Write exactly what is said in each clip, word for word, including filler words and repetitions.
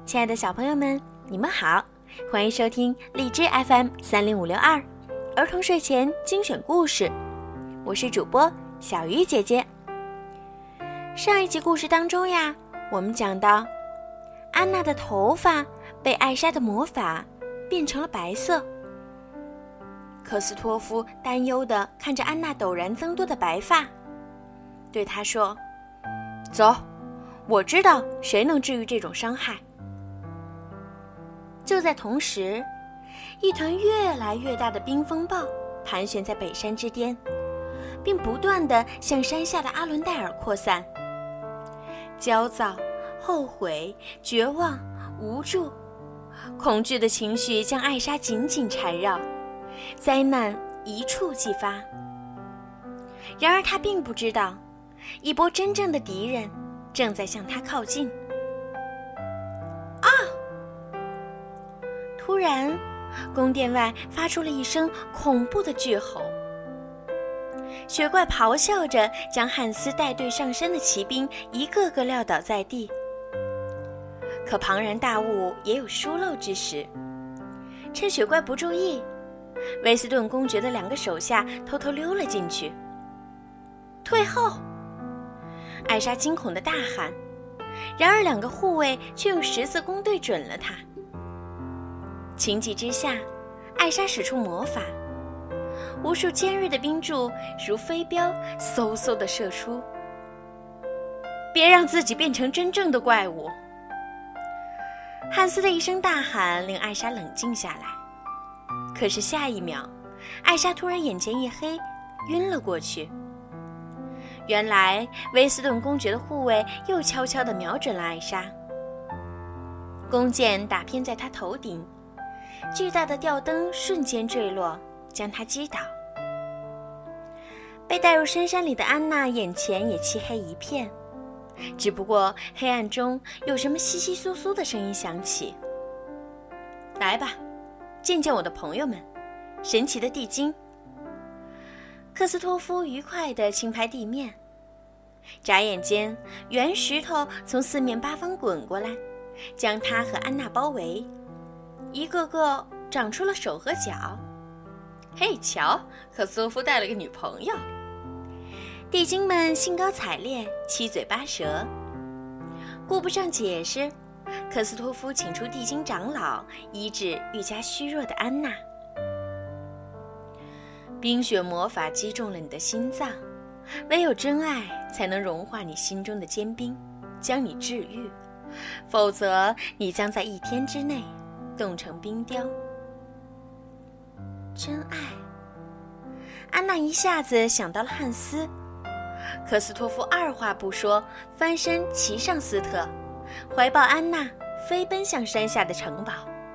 亲爱的小朋友们，你们好，欢迎收听荔枝 F M 三零五六二儿童睡前精选故事，我是主播小鱼姐姐。上一集故事当中呀，我们讲到安娜的头发被艾莎的魔法变成了白色。科斯托夫担忧地看着安娜陡然增多的白发，对她说：走，我知道谁能治愈这种伤害。就在同时，一团越来越大的冰风暴盘旋在北山之巅，并不断地向山下的阿伦戴尔扩散。焦躁、后悔、绝望、无助、恐惧的情绪将艾莎紧紧缠绕，灾难一触即发。然而她并不知道，一波真正的敌人正在向她靠近。啊！突然，宫殿外发出了一声恐怖的巨吼。雪怪咆哮着将汉斯带队上山的骑兵一个个撂倒在地。可庞然大物也有疏漏之时，趁雪怪不注意，威斯顿公爵的两个手下偷偷溜了进去。退后！艾莎惊恐地大喊，然而两个护卫却用十字弓对准了她。情急之下，艾莎使出魔法，无数尖锐的冰柱如飞镖嗖嗖地射出。别让自己变成真正的怪物！汉斯的一声大喊令艾莎冷静下来，可是下一秒，艾莎突然眼前一黑，晕了过去。原来威斯顿公爵的护卫又悄悄地瞄准了艾莎，弓箭打偏在她头顶，巨大的吊灯瞬间坠落，将她击倒。被带入深山里的安娜眼前也漆黑一片，只不过黑暗中有什么窸窸窣窣的声音响起。来吧，见见我的朋友们，神奇的地精。科斯托夫愉快地轻拍地面，眨眼间圆石头从四面八方滚过来，将他和安娜包围，一个个长出了手和脚。嘿，瞧，科斯托夫带了个女朋友。地精们兴高采烈，七嘴八舌。顾不上解释，科斯托夫请出地精长老，医治愈加虚弱的安娜。冰雪魔法击中了你的心脏，唯有真爱才能融化你心中的坚冰，将你治愈，否则你将在一天之内冻成冰雕。真爱！安娜一下子想到了汉斯。科斯托夫二话不说，翻身骑上斯特，怀抱安娜飞奔向山下的城堡。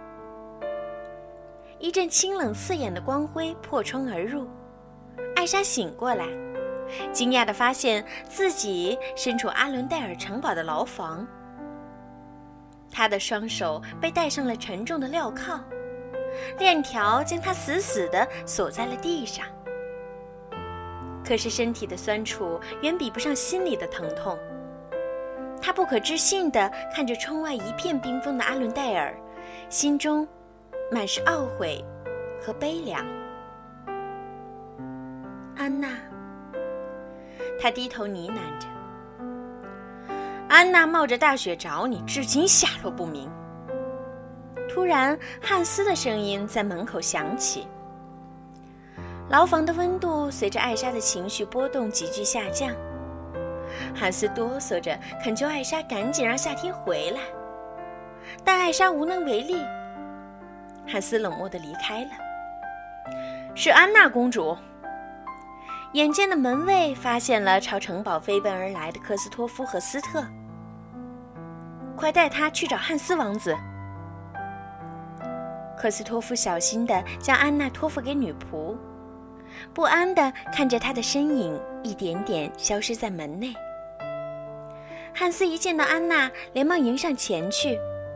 一阵清冷刺眼的光辉破窗而入，艾莎醒过来，惊讶地发现自己身处阿伦戴尔城堡的牢房。她的双手被戴上了沉重的镣铐，链条将她死死地锁在了地上。可是身体的酸楚远比不上心里的疼痛。她不可置信地看着窗外一片冰封的阿伦戴尔，心中满是懊悔和悲凉。安娜，她低头呢喃着。安娜冒着大雪找你，至今下落不明。突然，汉斯的声音在门口响起。牢房的温度随着艾莎的情绪波动急剧下降。汉斯哆嗦着恳求艾莎赶紧让夏天回来，但艾莎无能为力。汉斯冷漠地离开了。是安娜公主。眼尖的门卫发现了朝城堡飞奔而来的科斯托夫和斯特。快带他去找汉斯王子。科斯托夫小心地将安娜托付给女仆，不安地看着她的身影一点点消失在门内。汉斯一见到安娜，连忙迎上前去。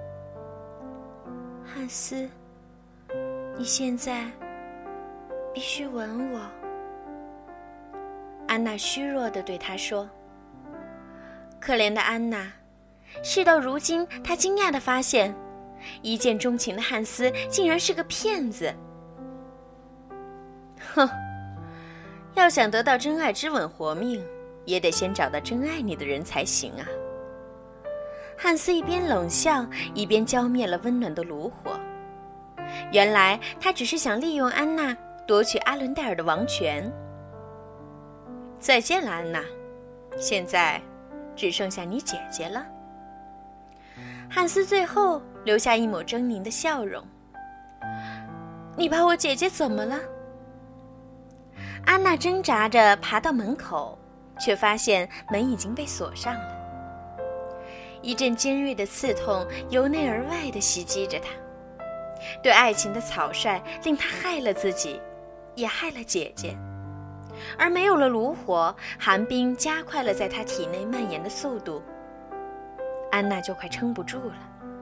汉斯，你现在必须吻我。安娜虚弱地对他说。可怜的安娜， 事到如今，他惊讶地发现，一见钟情的汉斯竟然是个骗子。哼，要想得到真爱之吻活命，也得先找到真爱你的人才行啊。汉斯一边冷笑，一边浇灭了温暖的炉火。原来他只是想利用安娜夺取阿伦戴尔的王权。再见了，安娜，现在只剩下你姐姐了。汉斯最后留下一抹狰狞的笑容。你把我姐姐怎么了？安娜挣扎着爬到门口，却发现门已经被锁上了。一阵尖锐的刺痛由内而外地袭击着她。对爱情的草率令她害了自己，也害了姐姐。而没有了炉火，寒冰加快了在她体内蔓延的速度，安娜就快撑不住了。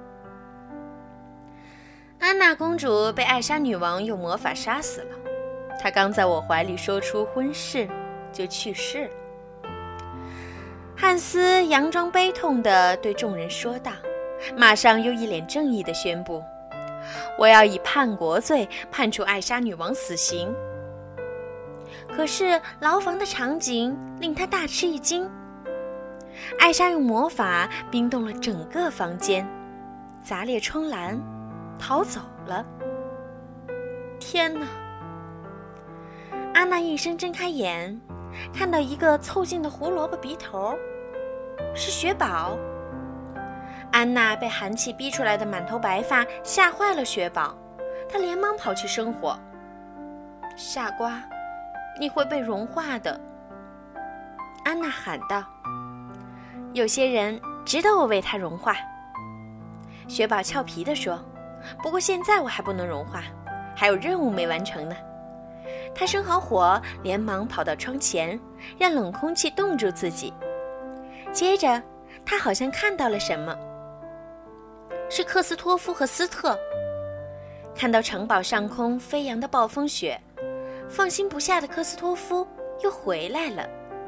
安娜公主被艾莎女王用魔法杀死了，她刚在我怀里说出婚事，就去世了。汉斯佯装悲痛地对众人说道，马上又一脸正义地宣布，我要以叛国罪判处艾莎女王死刑。可是牢房的场景令他大吃一惊，艾莎用魔法冰冻了整个房间，砸裂窗栏，逃走了。天哪！安娜一声睁开眼，看到一个凑近的胡萝卜鼻头，是雪宝。安娜被寒气逼出来的满头白发吓坏了雪宝，她连忙跑去生火。傻瓜，你会被融化的，安娜喊道。有些人值得我为他融化，雪宝俏皮地说，不过现在我还不能融化，还有任务没完成呢。他生好火，连忙跑到窗前，让冷空气冻住自己。接着他好像看到了什么，是克斯托夫和斯特。看到城堡上空飞扬的暴风雪，放心不下的克斯托夫又回来了。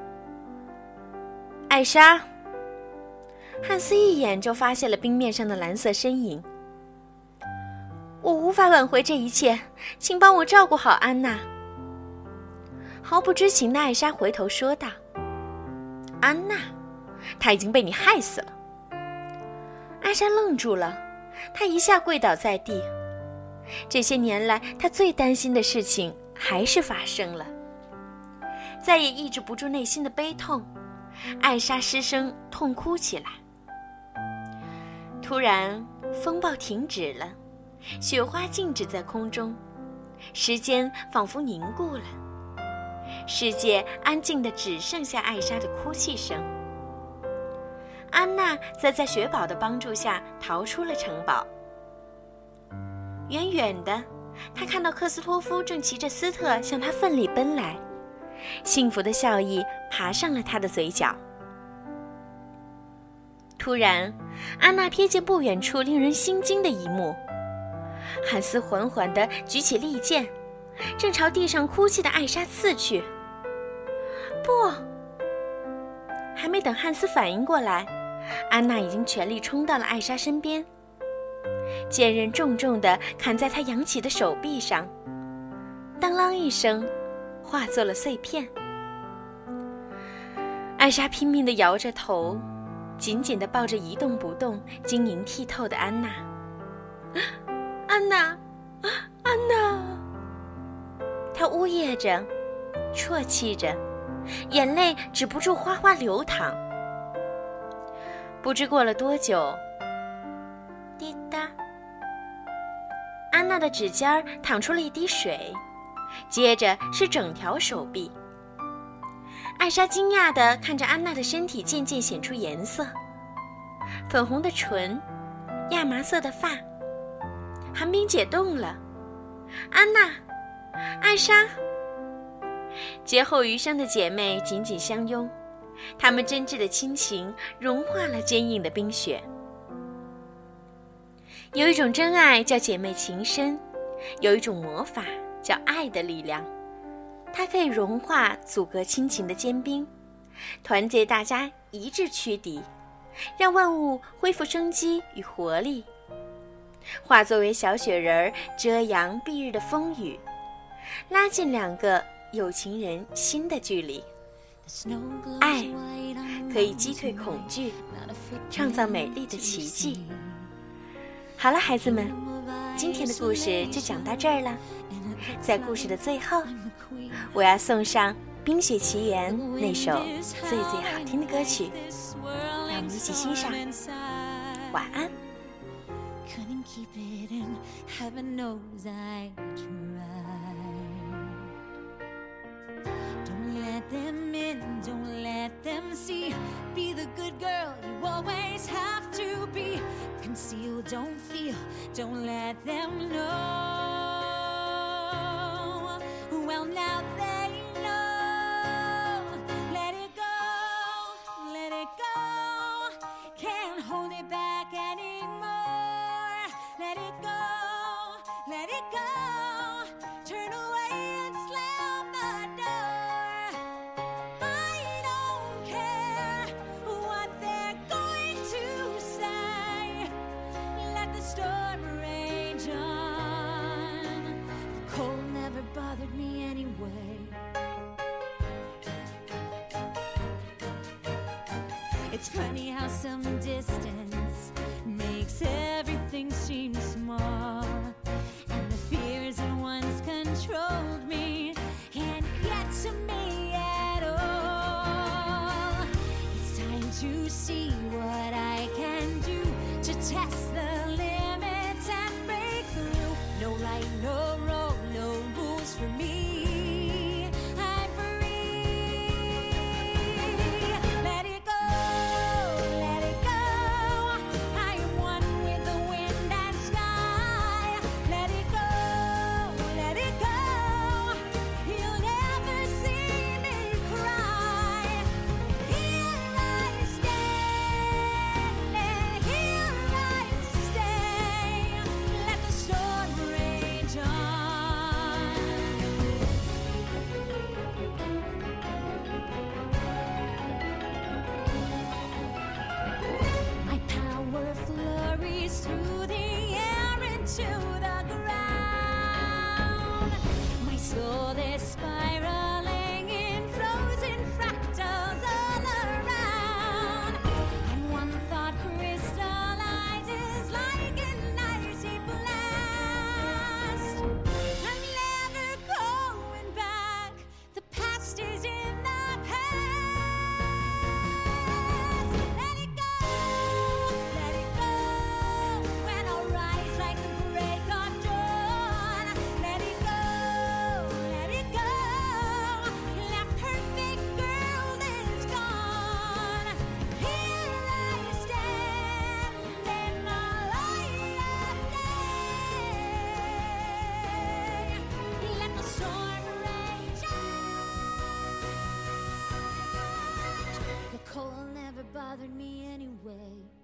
艾莎，汉斯一眼就发现了冰面上的蓝色身影。我无法挽回这一切，请帮我照顾好安娜。毫不知情的艾莎回头说道。安娜，她已经被你害死了。艾莎愣住了，她一下跪倒在地。这些年来她最担心的事情还是发生了。再也抑制不住内心的悲痛，艾莎失声痛哭起来。突然风暴停止了，雪花静止在空中，时间仿佛凝固了，世界安静的只剩下艾莎的哭泣声。安娜则在雪宝的帮助下逃出了城堡。远远的，她看到克斯托夫正骑着斯特向她奋力奔来，幸福的笑意爬上了她的嘴角。突然，安娜瞥见不远处令人心惊的一幕，汉斯缓缓地举起利剑，正朝地上哭泣的艾莎刺去。不！还没等汉斯反应过来，安娜已经全力冲到了艾莎身边，剑刃重重地砍在她扬起的手臂上，当啷一声，化作了碎片。艾莎拼命地摇着头，紧紧地抱着一动不动、晶莹剔透的安娜。安娜，安娜！她呜咽着，啜泣着，眼泪止不住哗哗流淌。不知过了多久，滴答，安娜的指尖淌出了一滴水，接着是整条手臂。艾莎惊讶地看着安娜的身体渐渐显出颜色，粉红的唇，亚麻色的发。寒冰解冻了，安娜，艾莎。劫后余生的姐妹紧紧相拥，她们真挚的亲情融化了坚硬的冰雪。有一种真爱叫姐妹情深，有一种魔法叫爱的力量，它可以融化阻隔亲情的坚冰，团结大家一致驱敌， 让万物恢复生机与活力，化作为小雪人儿，遮阳蔽日的风雨，拉近两个有情人心的距离。爱可以击退恐惧，创造美丽的奇迹。好了，孩子们，今天的故事就讲到这儿了。在故事的最后，我要送上《冰雪奇缘》那首最最好听的歌曲，让我们一起欣赏。晚安。Couldn't keep it in, heaven knows I tried. Don't let them in, don't let them see. Be the good girl you always have to be. Conceal, don't feel, don't let them know. Well, now they know. Let it go, let it go. Can't hold it back anymore. Let it go, let it go. Turn away and slam the door. I don't care what they're going to say. Let the storm rage on. The cold never bothered me anyway. It's funny how some distance makes everything seem small, and the fears that once controlled me can't get to me at all. It's time to see what I can do to test the limits and break through. No right, no wrong, no rules for me. I'm free. Let it go, let it go. I am one with the wind and sky. Let it go, let it go. You'll never see me cry. Here I stand, and here I stay. Let the storm rage on. My power flurries through the air into the ground. My soul is spiraling in frozen fractals all around. And one thought crystallizes like an icy blast. I'm never going back. The past is in the past. Let it go, let it go. When I rise like the break of dawn. Let it go, let it go. That perfect girl is gone. Here I stand in the light of day. Let the storm rage on. The cold never bothered me anyway.